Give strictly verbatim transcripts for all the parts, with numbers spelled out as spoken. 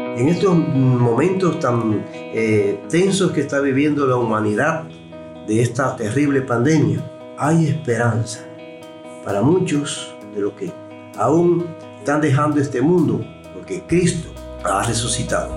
En estos momentos tan eh, tensos que está viviendo la humanidad de esta terrible pandemia, hay esperanza para muchos de los que aún están dejando este mundo, porque Cristo ha resucitado.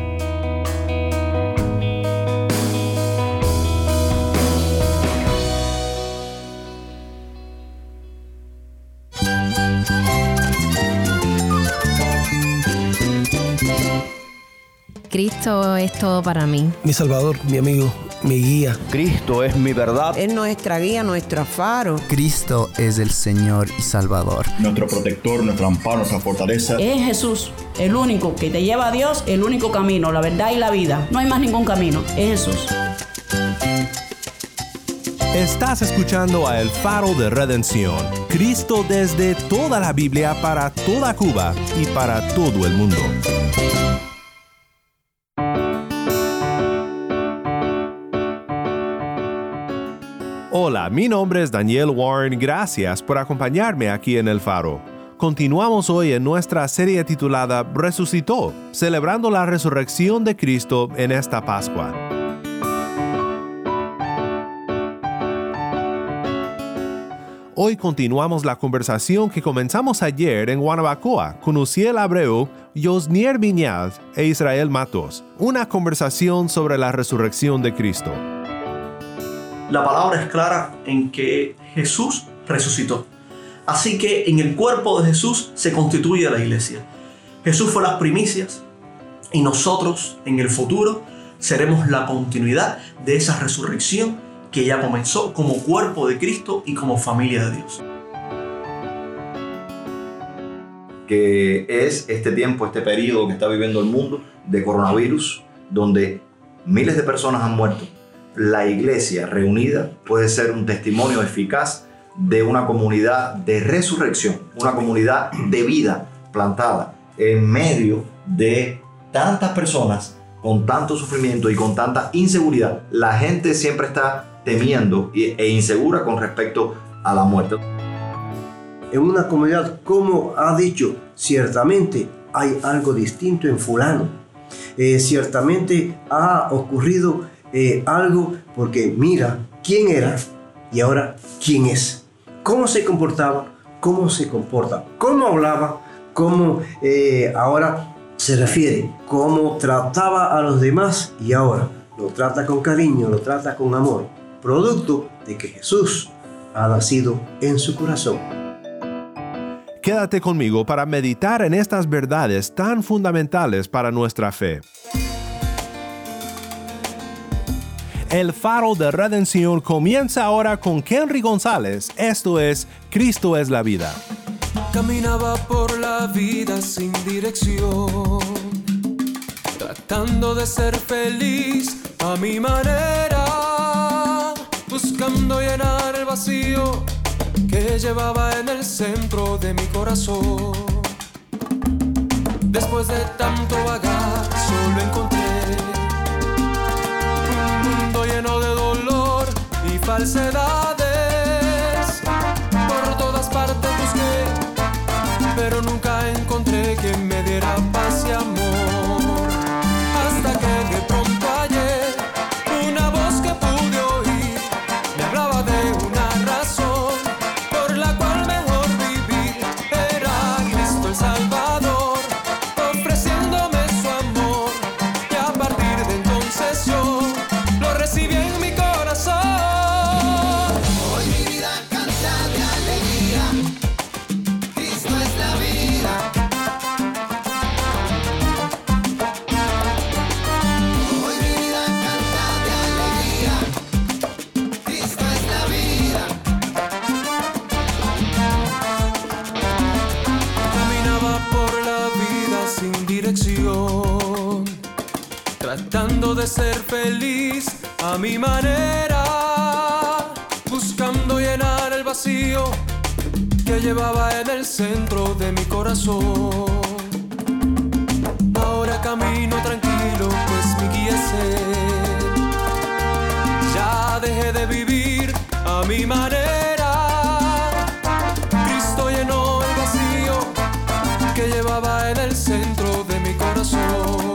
Cristo es todo para mí. Mi Salvador, mi amigo, mi guía. Cristo es mi verdad. Es nuestra guía, nuestro faro. Cristo es el Señor y Salvador. Nuestro protector, nuestro amparo, nuestra fortaleza. Es Jesús, el único que te lleva a Dios, el único camino, la verdad y la vida. No hay más ningún camino, es Jesús. Estás escuchando a El Faro de Redención. Cristo desde toda la Biblia para toda Cuba y para todo el mundo. Hola, mi nombre es Daniel Warren. Gracias por acompañarme aquí en El Faro. Continuamos hoy en nuestra serie titulada Resucitó, celebrando la resurrección de Cristo en esta Pascua. Hoy continuamos la conversación que comenzamos ayer en Guanabacoa con Uziel Abreu, Yosnier Viñas e Israel Matos. Una conversación sobre la resurrección de Cristo. La palabra es clara en que Jesús resucitó. Así que en el cuerpo de Jesús se constituye la iglesia. Jesús fue las primicias y nosotros en el futuro seremos la continuidad de esa resurrección que ya comenzó como cuerpo de Cristo y como familia de Dios. Que es este tiempo, este periodo que está viviendo el mundo de coronavirus, donde miles de personas han muerto. La iglesia reunida puede ser un testimonio eficaz de una comunidad de resurrección, una comunidad de vida plantada en medio de tantas personas con tanto sufrimiento y con tanta inseguridad. La gente siempre está temiendo e insegura con respecto a la muerte. En una comunidad, como ha dicho, ciertamente hay algo distinto en fulano. Eh, ciertamente ha ocurrido Eh, algo, porque mira quién era y ahora quién es, cómo se comportaba, cómo se comporta, cómo hablaba, cómo eh, ahora se refiere, cómo trataba a los demás y ahora lo trata con cariño, lo trata con amor, producto de que Jesús ha nacido en su corazón. Quédate conmigo para meditar en estas verdades tan fundamentales para nuestra fe. El Faro de Redención comienza ahora con Kenry González. Esto es Cristo es la vida. Caminaba por la vida sin dirección, tratando de ser feliz a mi manera, buscando llenar el vacío que llevaba en el centro de mi corazón. Después de tanto vagar, solo encontré lleno de dolor y falsedades. Por todas partes busqué, pero nunca encontré quien me diera paz y amor. Hasta que de pronto hallé una voz que pude oír, me hablaba de una razón por la cual mejor vivir. Era Cristo el Salvador, ofreciéndome su amor, y a partir de entonces yo lo recibí en mi corazón. Hoy mi vida canta de alegría, Cristo es la vida. Hoy mi vida canta de alegría, Cristo es la vida. Caminaba por la vida sin dirección, tratando de ser feliz a mi manera, buscando llenar el vacío que llevaba en el centro de mi corazón. Ahora camino tranquilo, pues mi guía es Él. Ya dejé de vivir a mi manera. Cristo llenó el vacío que llevaba en el centro de mi corazón.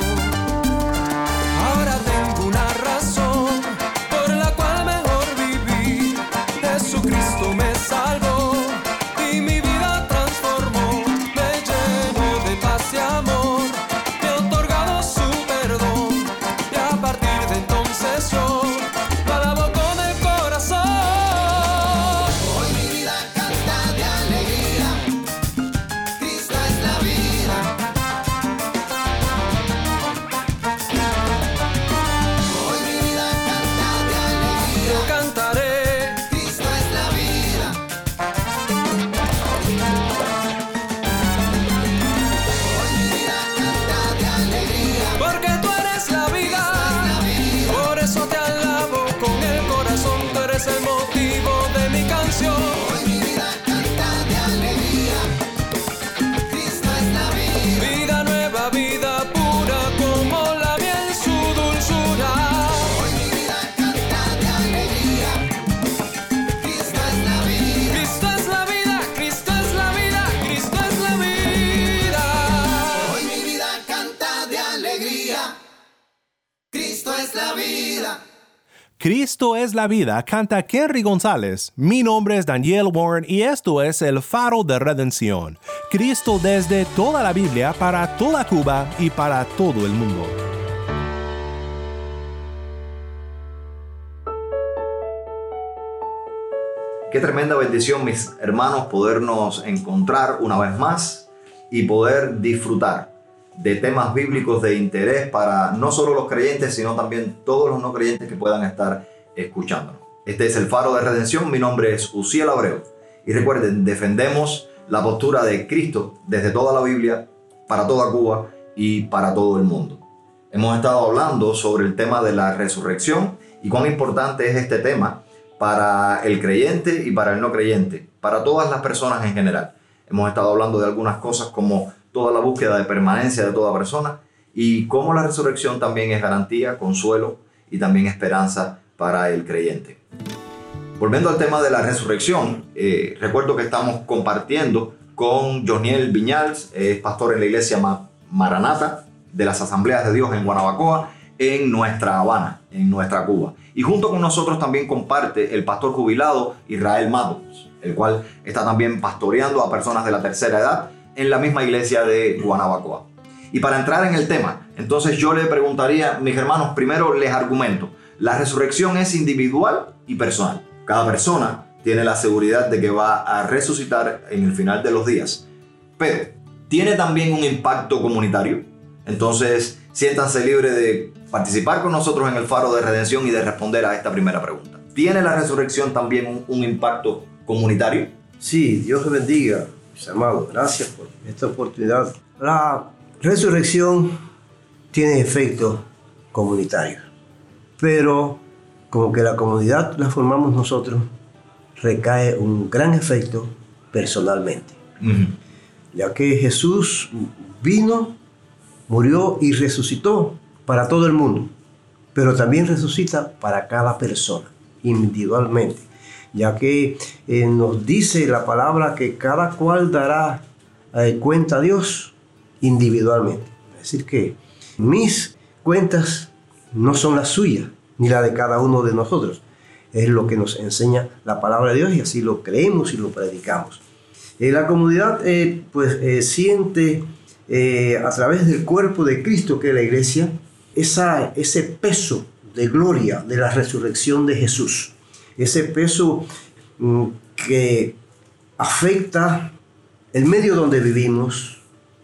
Cristo es la vida, canta Kenry González. Mi nombre es Daniel Warren y esto es El Faro de Redención. Cristo desde toda la Biblia, para toda Cuba y para todo el mundo. Qué tremenda bendición, mis hermanos, podernos encontrar una vez más y poder disfrutar de temas bíblicos de interés para no solo los creyentes, sino también todos los no creyentes que puedan estar escuchándonos. Este es El Faro de Redención. Mi nombre es Uziel Abreu. Y recuerden, defendemos la postura de Cristo desde toda la Biblia, para toda Cuba y para todo el mundo. Hemos estado hablando sobre el tema de la resurrección y cuán importante es este tema para el creyente y para el no creyente, para todas las personas en general. Hemos estado hablando de algunas cosas como toda la búsqueda de permanencia de toda persona y cómo la resurrección también es garantía, consuelo y también esperanza para el creyente. Volviendo al tema de la resurrección, eh, recuerdo que estamos compartiendo con Joniel Viñals, es pastor en la iglesia Maranata de las Asambleas de Dios en Guanabacoa, en nuestra Habana, en nuestra Cuba. Y junto con nosotros también comparte el pastor jubilado Israel Matos, el cual está también pastoreando a personas de la tercera edad en la misma iglesia de Guanabacoa. Y para entrar en el tema, entonces yo le preguntaría, mis hermanos, primero les argumento, la resurrección es individual y personal. Cada persona tiene la seguridad de que va a resucitar en el final de los días, pero tiene también un impacto comunitario. Entonces, siéntanse libres de participar con nosotros en el Faro de Redención y de responder a esta primera pregunta. ¿Tiene la resurrección también un, un impacto comunitario? Sí, Dios les bendiga, mis amados. Gracias por esta oportunidad. La resurrección tiene efectos comunitarios, pero como que la comunidad la formamos nosotros, recae un gran efecto personalmente. Uh-huh. Ya que Jesús vino, murió y resucitó para todo el mundo, pero también resucita para cada persona, individualmente, ya que eh, nos dice la palabra que cada cual dará eh, cuenta a Dios individualmente. Es decir, que mis cuentas no son las suyas, ni la de cada uno de nosotros. Es lo que nos enseña la palabra de Dios y así lo creemos y lo predicamos. Eh, la comunidad eh, pues, eh, siente eh, a través del cuerpo de Cristo, que es la iglesia, esa, ese peso de gloria de la resurrección de Jesús. Ese peso mm, que afecta el medio donde vivimos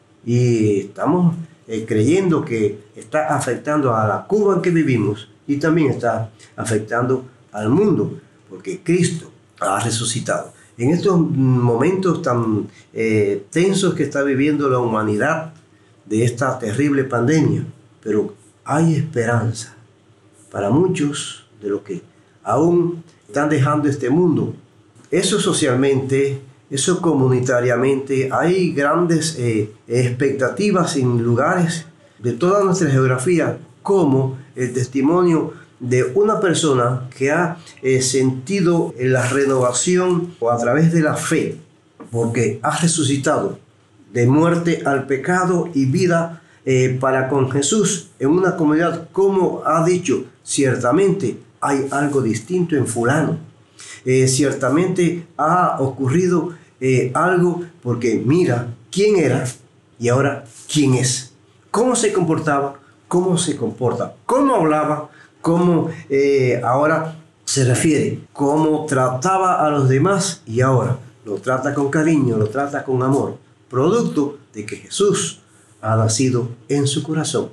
y estamos eh, creyendo que está afectando a la Cuba en que vivimos y también está afectando al mundo, porque Cristo ha resucitado. En estos momentos tan eh, tensos que está viviendo la humanidad de esta terrible pandemia, pero hay esperanza para muchos de los que aún están dejando este mundo. Eso socialmente, eso comunitariamente, hay grandes eh, expectativas en lugares de toda nuestra geografía, como el testimonio de una persona que ha eh, sentido la renovación o a través de la fe, porque ha resucitado de muerte al pecado y vida eh, para con Jesús en una comunidad, como ha dicho, ciertamente hay algo distinto en fulano, eh, ciertamente ha ocurrido eh, algo, porque mira quién era y ahora quién es, cómo se comportaba, cómo se comporta, cómo hablaba, cómo eh, ahora se refiere, cómo trataba a los demás y ahora lo trata con cariño, lo trata con amor, producto de que Jesús ha nacido en su corazón.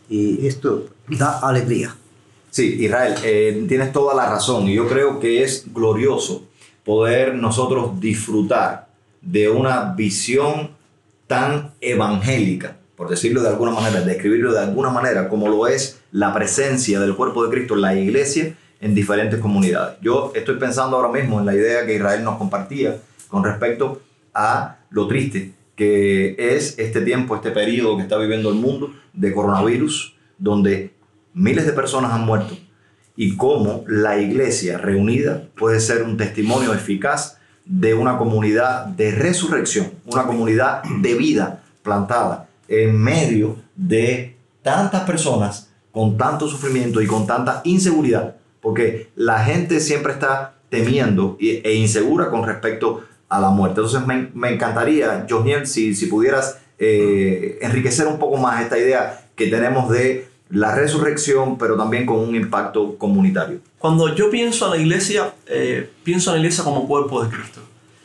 Y esto da alegría. Sí, Israel, eh, tienes toda la razón y yo creo que es glorioso poder nosotros disfrutar de una visión tan evangélica, por decirlo de alguna manera, describirlo de alguna manera, como lo es la presencia del cuerpo de Cristo en la iglesia en diferentes comunidades. Yo estoy pensando ahora mismo en la idea que Israel nos compartía con respecto a lo triste que es este tiempo, este periodo que está viviendo el mundo de coronavirus, donde miles de personas han muerto y cómo la iglesia reunida puede ser un testimonio eficaz de una comunidad de resurrección, una comunidad de vida plantada en medio de tantas personas con tanto sufrimiento y con tanta inseguridad porque la gente siempre está temiendo e insegura con respecto a la muerte. Entonces me, me encantaría, Josniel, si, si pudieras eh, enriquecer un poco más esta idea que tenemos de la resurrección, pero también con un impacto comunitario. Cuando yo pienso en la iglesia, eh, pienso en la iglesia como cuerpo de Cristo.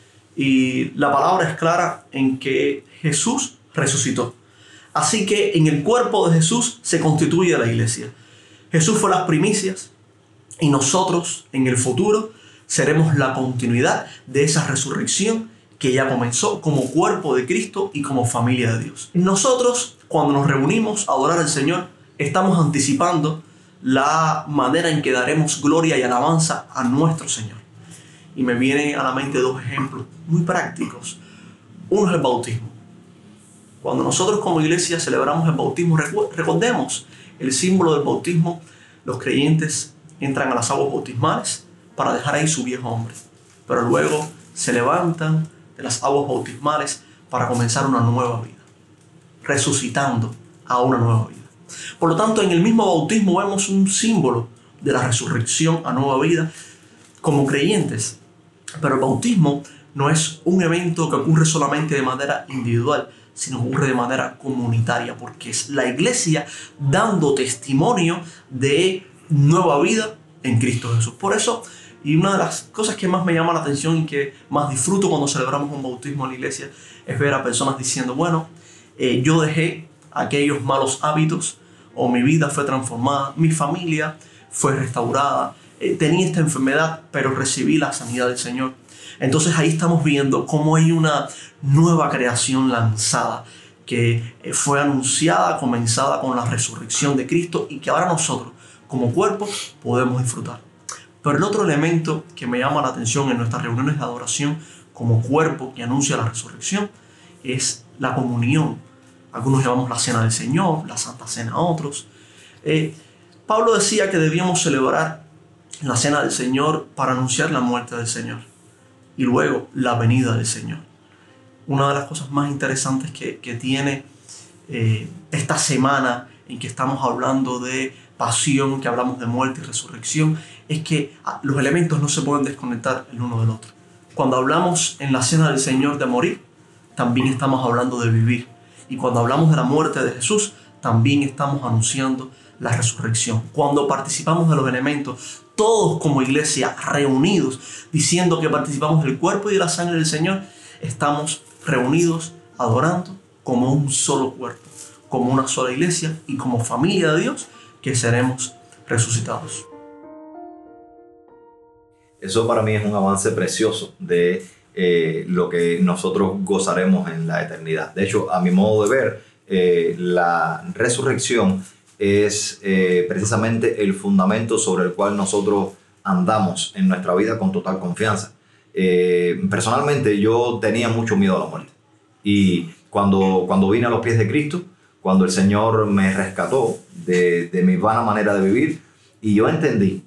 Y la palabra es clara en que Jesús resucitó. Así que en el cuerpo de Jesús se constituye la iglesia. Jesús fue las primicias y nosotros en el futuro seremos la continuidad de esa resurrección que ya comenzó como cuerpo de Cristo y como familia de Dios. Nosotros, cuando nos reunimos a adorar al Señor, estamos anticipando la manera en que daremos gloria y alabanza a nuestro Señor. Y me vienen a la mente dos ejemplos muy prácticos. Uno es el bautismo. Cuando nosotros como iglesia celebramos el bautismo, recordemos el símbolo del bautismo. Los creyentes entran a las aguas bautismales para dejar ahí su viejo hombre, pero luego se levantan de las aguas bautismales para comenzar una nueva vida, resucitando a una nueva vida. Por lo tanto, en el mismo bautismo vemos un símbolo de la resurrección a nueva vida como creyentes. Pero el bautismo no es un evento que ocurre solamente de manera individual, sino que ocurre de manera comunitaria, porque es la iglesia dando testimonio de nueva vida en Cristo Jesús. Por eso, y una de las cosas que más me llama la atención y que más disfruto cuando celebramos un bautismo en la iglesia es ver a personas diciendo, bueno, eh, yo dejé aquellos malos hábitos, o mi vida fue transformada, mi familia fue restaurada, eh, tenía esta enfermedad, pero recibí la sanidad del Señor. Entonces ahí estamos viendo cómo hay una nueva creación lanzada que eh, fue anunciada, comenzada con la resurrección de Cristo y que ahora nosotros como cuerpo podemos disfrutar. Pero el otro elemento que me llama la atención en nuestras reuniones de adoración como cuerpo que anuncia la resurrección es la comunión. Algunos llamamos la cena del Señor, la Santa Cena a otros. Eh, Pablo decía que debíamos celebrar la cena del Señor para anunciar la muerte del Señor y luego la venida del Señor. Una de las cosas más interesantes que, que tiene eh, esta semana en que estamos hablando de pasión, que hablamos de muerte y resurrección, es que los elementos no se pueden desconectar el uno del otro. Cuando hablamos en la cena del Señor de morir, también estamos hablando de vivir. Y cuando hablamos de la muerte de Jesús, también estamos anunciando la resurrección. Cuando participamos de los elementos, todos como iglesia reunidos, diciendo que participamos del cuerpo y de la sangre del Señor, estamos reunidos adorando como un solo cuerpo, como una sola iglesia y como familia de Dios que seremos resucitados. Eso para mí es un avance precioso de eh, lo que nosotros gozaremos en la eternidad. De hecho, a mi modo de ver, eh, la resurrección es eh, precisamente el fundamento sobre el cual nosotros andamos en nuestra vida con total confianza. Eh, personalmente yo tenía mucho miedo a la muerte y cuando, cuando vine a los pies de Cristo, cuando el Señor me rescató de, de mi vana manera de vivir y yo entendí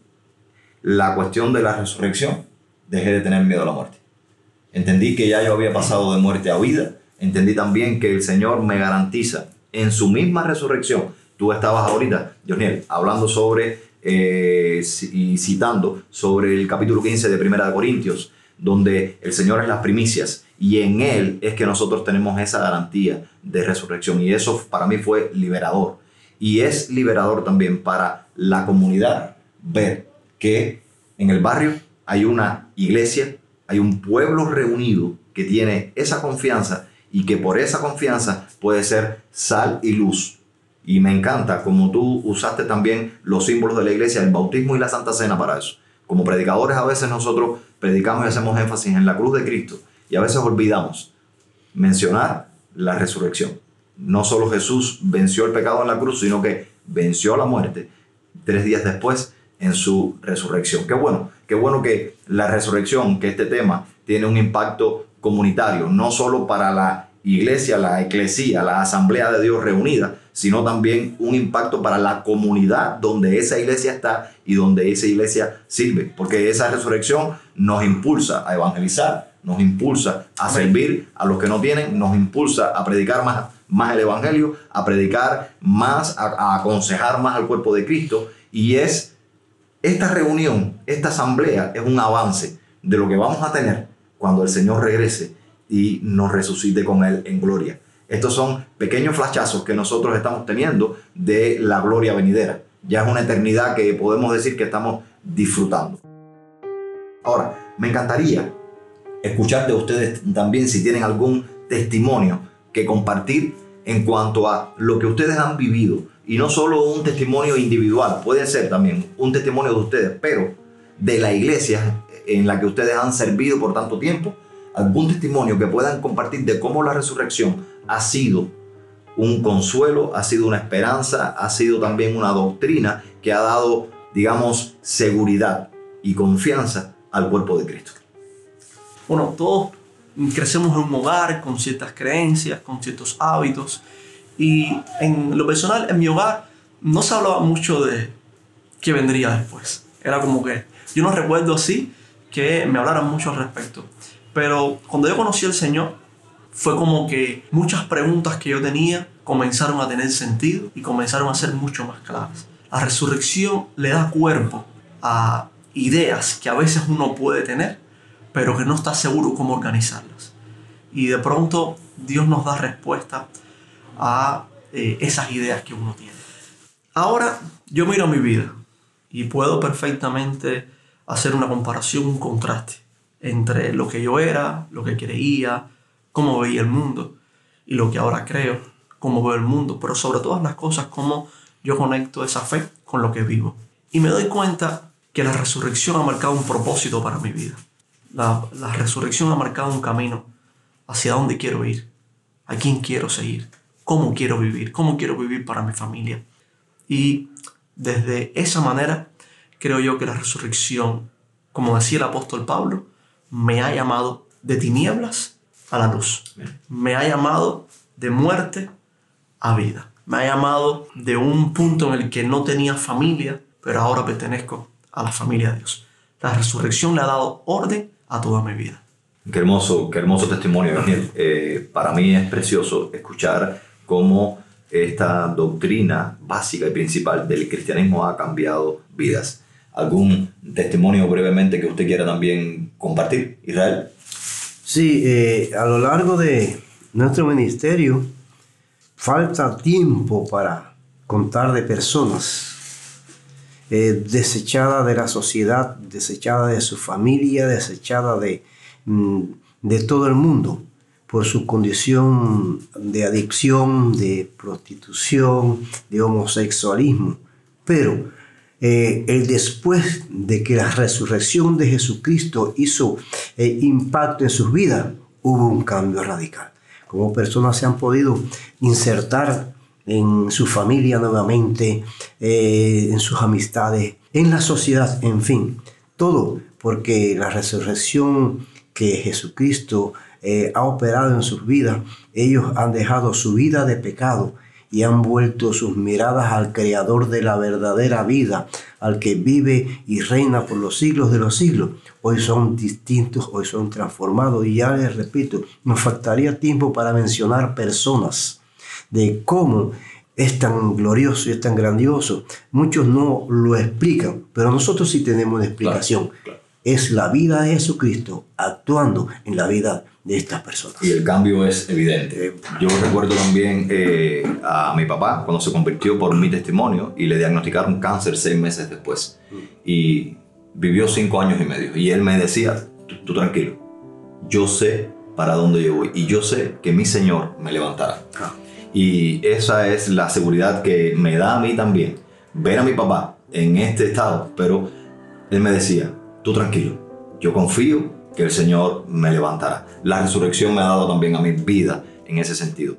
la cuestión de la resurrección, dejé de tener miedo a la muerte. Entendí que ya yo había pasado de muerte a vida. Entendí también que el Señor me garantiza en su misma resurrección. Tú estabas ahorita, Josniel, hablando sobre eh, y citando sobre el capítulo quince de Primera de Corintios, donde el Señor es las primicias y en Él es que nosotros tenemos esa garantía de resurrección. Y eso para mí fue liberador. Y es liberador también para la comunidad ver que en el barrio hay una iglesia, hay un pueblo reunido que tiene esa confianza y que por esa confianza puede ser sal y luz. Y me encanta como tú usaste también los símbolos de la iglesia, el bautismo y la Santa Cena para eso. Como predicadores a veces nosotros predicamos y hacemos énfasis en la cruz de Cristo y a veces olvidamos mencionar la resurrección. No solo Jesús venció el pecado en la cruz, sino que venció la muerte tres días después en su resurrección. Qué bueno, qué bueno que la resurrección, que este tema tiene un impacto comunitario, no solo para la iglesia, la eclesía, la asamblea de Dios reunida, sino también un impacto para la comunidad donde esa iglesia está y donde esa iglesia sirve, porque esa resurrección nos impulsa a evangelizar, nos impulsa a servir a los que no tienen, nos impulsa a predicar más, más el evangelio, a predicar más, a, a aconsejar más al cuerpo de Cristo, y es esta reunión, esta asamblea es un avance de lo que vamos a tener cuando el Señor regrese y nos resucite con Él en gloria. Estos son pequeños flashazos que nosotros estamos teniendo de la gloria venidera. Ya es una eternidad que podemos decir que estamos disfrutando. Ahora, me encantaría escuchar de ustedes también si tienen algún testimonio que compartir en cuanto a lo que ustedes han vivido. Y no solo un testimonio individual, puede ser también un testimonio de ustedes, pero de la iglesia en la que ustedes han servido por tanto tiempo. Algún testimonio que puedan compartir de cómo la resurrección ha sido un consuelo, ha sido una esperanza, ha sido también una doctrina que ha dado, digamos, seguridad y confianza al cuerpo de Cristo. Bueno, todos crecemos en un hogar con ciertas creencias, con ciertos hábitos. Y en lo personal, en mi hogar, no se hablaba mucho de qué vendría después. Era como que yo no recuerdo así que me hablaran mucho al respecto. Pero cuando yo conocí al Señor, fue como que muchas preguntas que yo tenía comenzaron a tener sentido y comenzaron a ser mucho más claras. La resurrección le da cuerpo a ideas que a veces uno puede tener, pero que no está seguro cómo organizarlas. Y de pronto Dios nos da respuesta a eh, esas ideas que uno tiene. Ahora yo miro mi vida y puedo perfectamente hacer una comparación, un contraste entre lo que yo era, lo que creía, cómo veía el mundo y lo que ahora creo, cómo veo el mundo, pero sobre todas las cosas, cómo yo conecto esa fe con lo que vivo. Y me doy cuenta que la resurrección ha marcado un propósito para mi vida. La, la resurrección ha marcado un camino hacia dónde quiero ir, a quién quiero seguir, cómo quiero vivir, cómo quiero vivir para mi familia. Y desde esa manera creo yo que la resurrección, como decía el apóstol Pablo, me ha llamado de tinieblas a la luz. Me ha llamado de muerte a vida. Me ha llamado de un punto en el que no tenía familia, pero ahora pertenezco a la familia de Dios. La resurrección le ha dado orden a toda mi vida. Qué hermoso, qué hermoso testimonio, Daniel. Eh, para mí es precioso escuchar cómo esta doctrina básica y principal del cristianismo ha cambiado vidas. ¿Algún testimonio brevemente que usted quiera también compartir, Israel? Sí, eh, a lo largo de nuestro ministerio falta tiempo para contar de personas eh, desechadas de la sociedad, desechadas de su familia, desechadas de, mm, de todo el mundo por su condición de adicción, de prostitución, de homosexualismo. Pero eh, el después de que la resurrección de Jesucristo hizo eh, impacto en sus vidas, hubo un cambio radical. Como personas se han podido insertar en su familia nuevamente, eh, en sus amistades, en la sociedad, en fin. Todo porque la resurrección que Jesucristo eh, ha operado en sus vidas, ellos han dejado su vida de pecado y han vuelto sus miradas al Creador de la verdadera vida, al que vive y reina por los siglos de los siglos. Hoy son distintos, hoy son transformados, y ya les repito, nos faltaría tiempo para mencionar personas de cómo es tan glorioso y es tan grandioso. Muchos no lo explican, pero nosotros sí tenemos una explicación. Claro, claro. Es la vida de Jesucristo actuando en la vida de estas personas. Y el cambio es evidente. Yo recuerdo también eh, a mi papá cuando se convirtió por mi testimonio y le diagnosticaron cáncer seis meses después. Y vivió cinco años y medio. Y él me decía, tú, tú tranquilo, yo sé para dónde yo voy y yo sé que mi Señor me levantará. Ah. Y esa es la seguridad que me da a mí también, ver a mi papá en este estado. Pero él me decía, tú tranquilo, yo confío que el Señor me levantará. La resurrección me ha dado también a mi vida en ese sentido.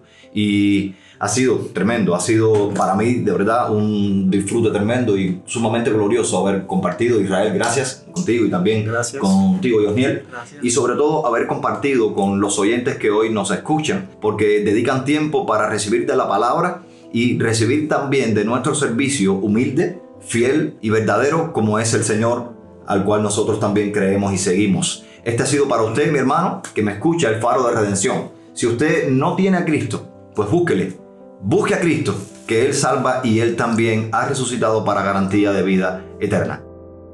Y ha sido tremendo, ha sido para mí de verdad un disfrute tremendo y sumamente glorioso haber compartido, Israel, gracias contigo y también gracias. Contigo, Yosniel. Y sobre todo haber compartido con los oyentes que hoy nos escuchan, porque dedican tiempo para recibir de la palabra y recibir también de nuestro servicio humilde, fiel y verdadero como es el Señor, al cual nosotros también creemos y seguimos. Este ha sido para usted, mi hermano, que me escucha, el Faro de Redención. Si usted no tiene a Cristo, pues búsquele. Busque a Cristo, que Él salva y Él también ha resucitado para garantía de vida eterna.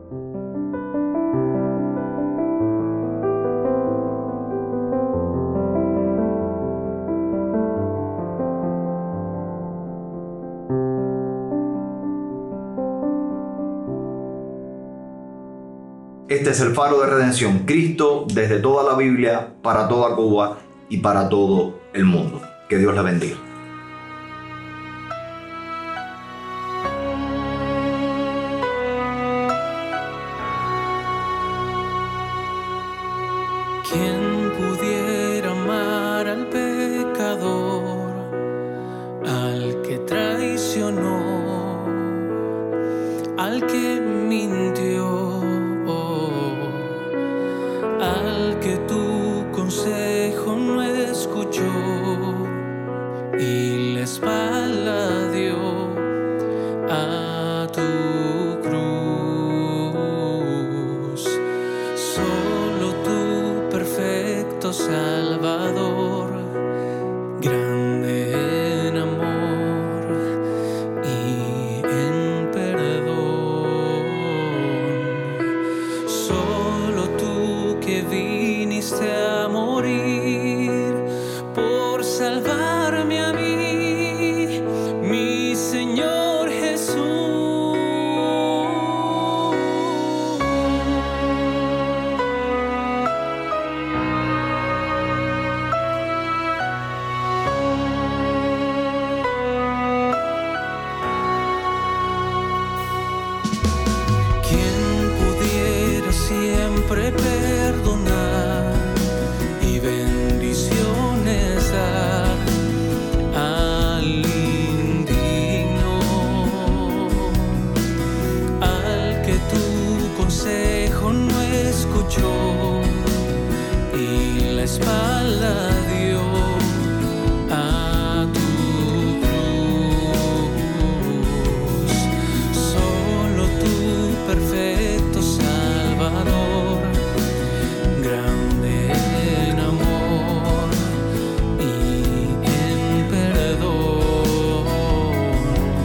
Este es el faro de redención, Cristo desde toda la Biblia, para toda Cuba y para todo el mundo. Que Dios la bendiga. ¿Quién pudiera amar al pecador, al que traicionó, al que mintió, al que tu consejo no escuchó y la espalda dio a tu cruz? Solo tu perfecto Salvador, grande en amor y en perdón. Solo tú que viniste a morir por salvarme a mí, mi Señor Jesús. Siempre perdonar y bendiciones dar al indigno, al que tu consejo no escuchó y la espalda dio a tu cruz. Solo tu perfecto Salvador, grande en amor y en perdón.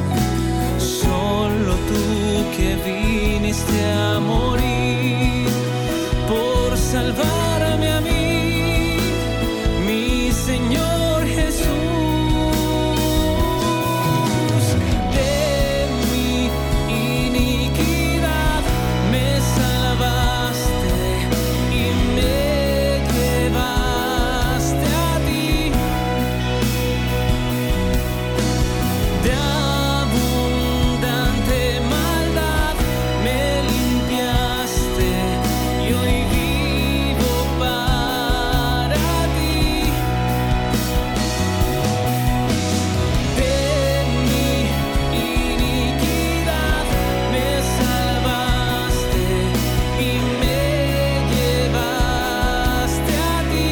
Solo tú que viniste a morir por salvarme a mí, mi Señor Jesús. De mi iniquidad me salvaste y me llevaste a ti. De abundante maldad me limpiaste y hoy vivo para ti. De mi iniquidad me salvaste y me llevaste a ti.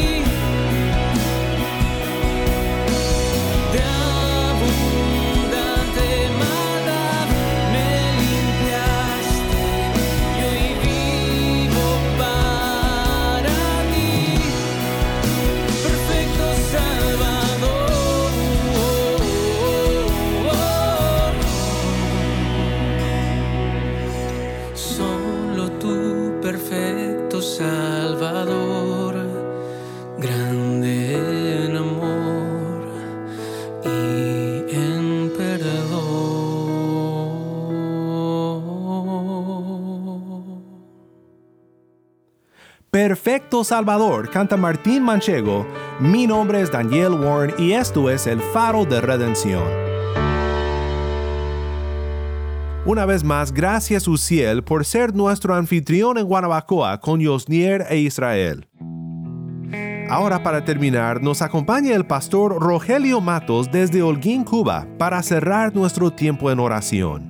De abundante maldad me limpiaste y hoy vivo para ti. Perfecto Salvador, solo tú perfecto Salvador, grande en amor y en perdón. Perfecto Salvador, canta Martín Manchego. Mi nombre es Daniel Warren y esto es El Faro de Redención. Una vez más, gracias Uziel por ser nuestro anfitrión en Guanabacoa con Yosnier e Israel. Ahora, para terminar, nos acompaña el pastor Rogelio Matos desde Holguín, Cuba, para cerrar nuestro tiempo en oración.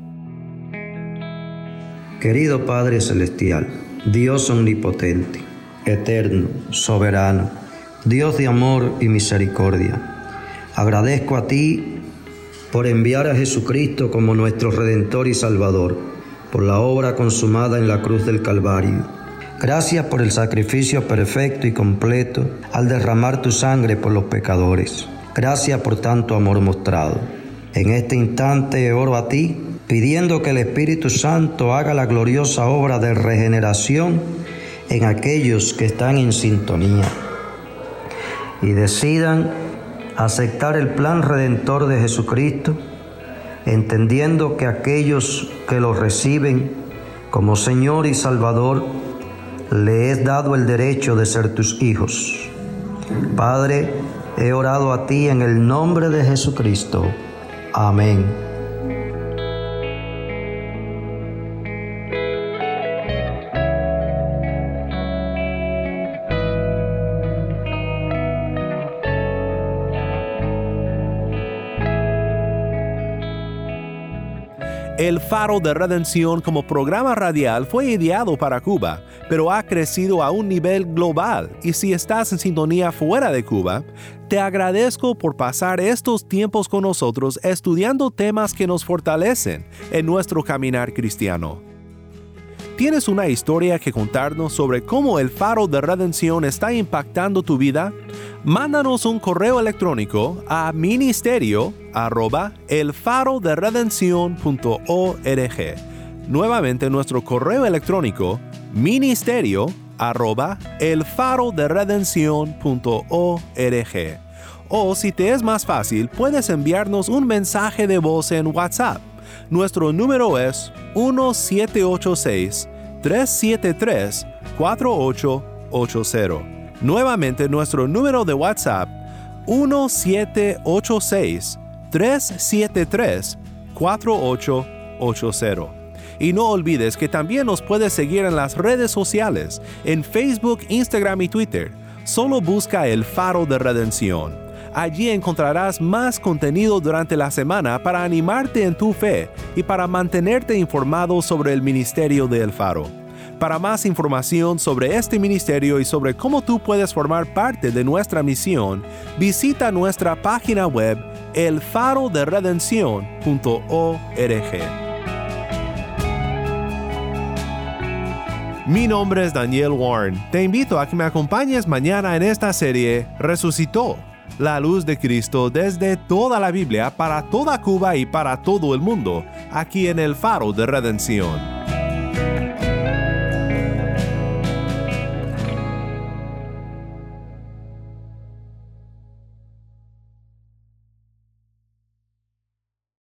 Querido Padre Celestial, Dios omnipotente, eterno, soberano, Dios de amor y misericordia, agradezco a ti por enviar a Jesucristo como nuestro Redentor y Salvador, por la obra consumada en la cruz del Calvario. Gracias por el sacrificio perfecto y completo al derramar tu sangre por los pecadores. Gracias por tanto amor mostrado. En este instante oro a ti, pidiendo que el Espíritu Santo haga la gloriosa obra de regeneración en aquellos que están en sintonía y decidan aceptar el plan redentor de Jesucristo, entendiendo que aquellos que lo reciben como Señor y Salvador le es dado el derecho de ser tus hijos. Padre, he orado a ti en el nombre de Jesucristo. Amén. El Faro de Redención como programa radial fue ideado para Cuba, pero ha crecido a un nivel global, y si estás en sintonía fuera de Cuba, te agradezco por pasar estos tiempos con nosotros estudiando temas que nos fortalecen en nuestro caminar cristiano. ¿Tienes una historia que contarnos sobre cómo el Faro de Redención está impactando tu vida? Mándanos un correo electrónico a ministerio arroba elfaroderedencion punto org. Nuevamente nuestro correo electrónico ministerio arroba elfaroderedencion punto org. O si te es más fácil, puedes enviarnos un mensaje de voz en WhatsApp. Nuestro número es uno siete ocho seis, tres siete tres, cuatro ocho ocho cero. Nuevamente nuestro número de WhatsApp uno siete ocho seis, tres siete tres, cuatro ocho ocho cero. Y no olvides que también nos puedes seguir en las redes sociales, en Facebook, Instagram y Twitter. Solo busca el Faro de Redención. Allí encontrarás más contenido durante la semana para animarte en tu fe y para mantenerte informado sobre el ministerio de El Faro. Para más información sobre este ministerio y sobre cómo tú puedes formar parte de nuestra misión, visita nuestra página web el faro de redención punto org. Mi nombre es Daniel Warren. Te invito a que me acompañes mañana en esta serie Resucitó, la luz de Cristo desde toda la Biblia para toda Cuba y para todo el mundo, aquí en el Faro de Redención.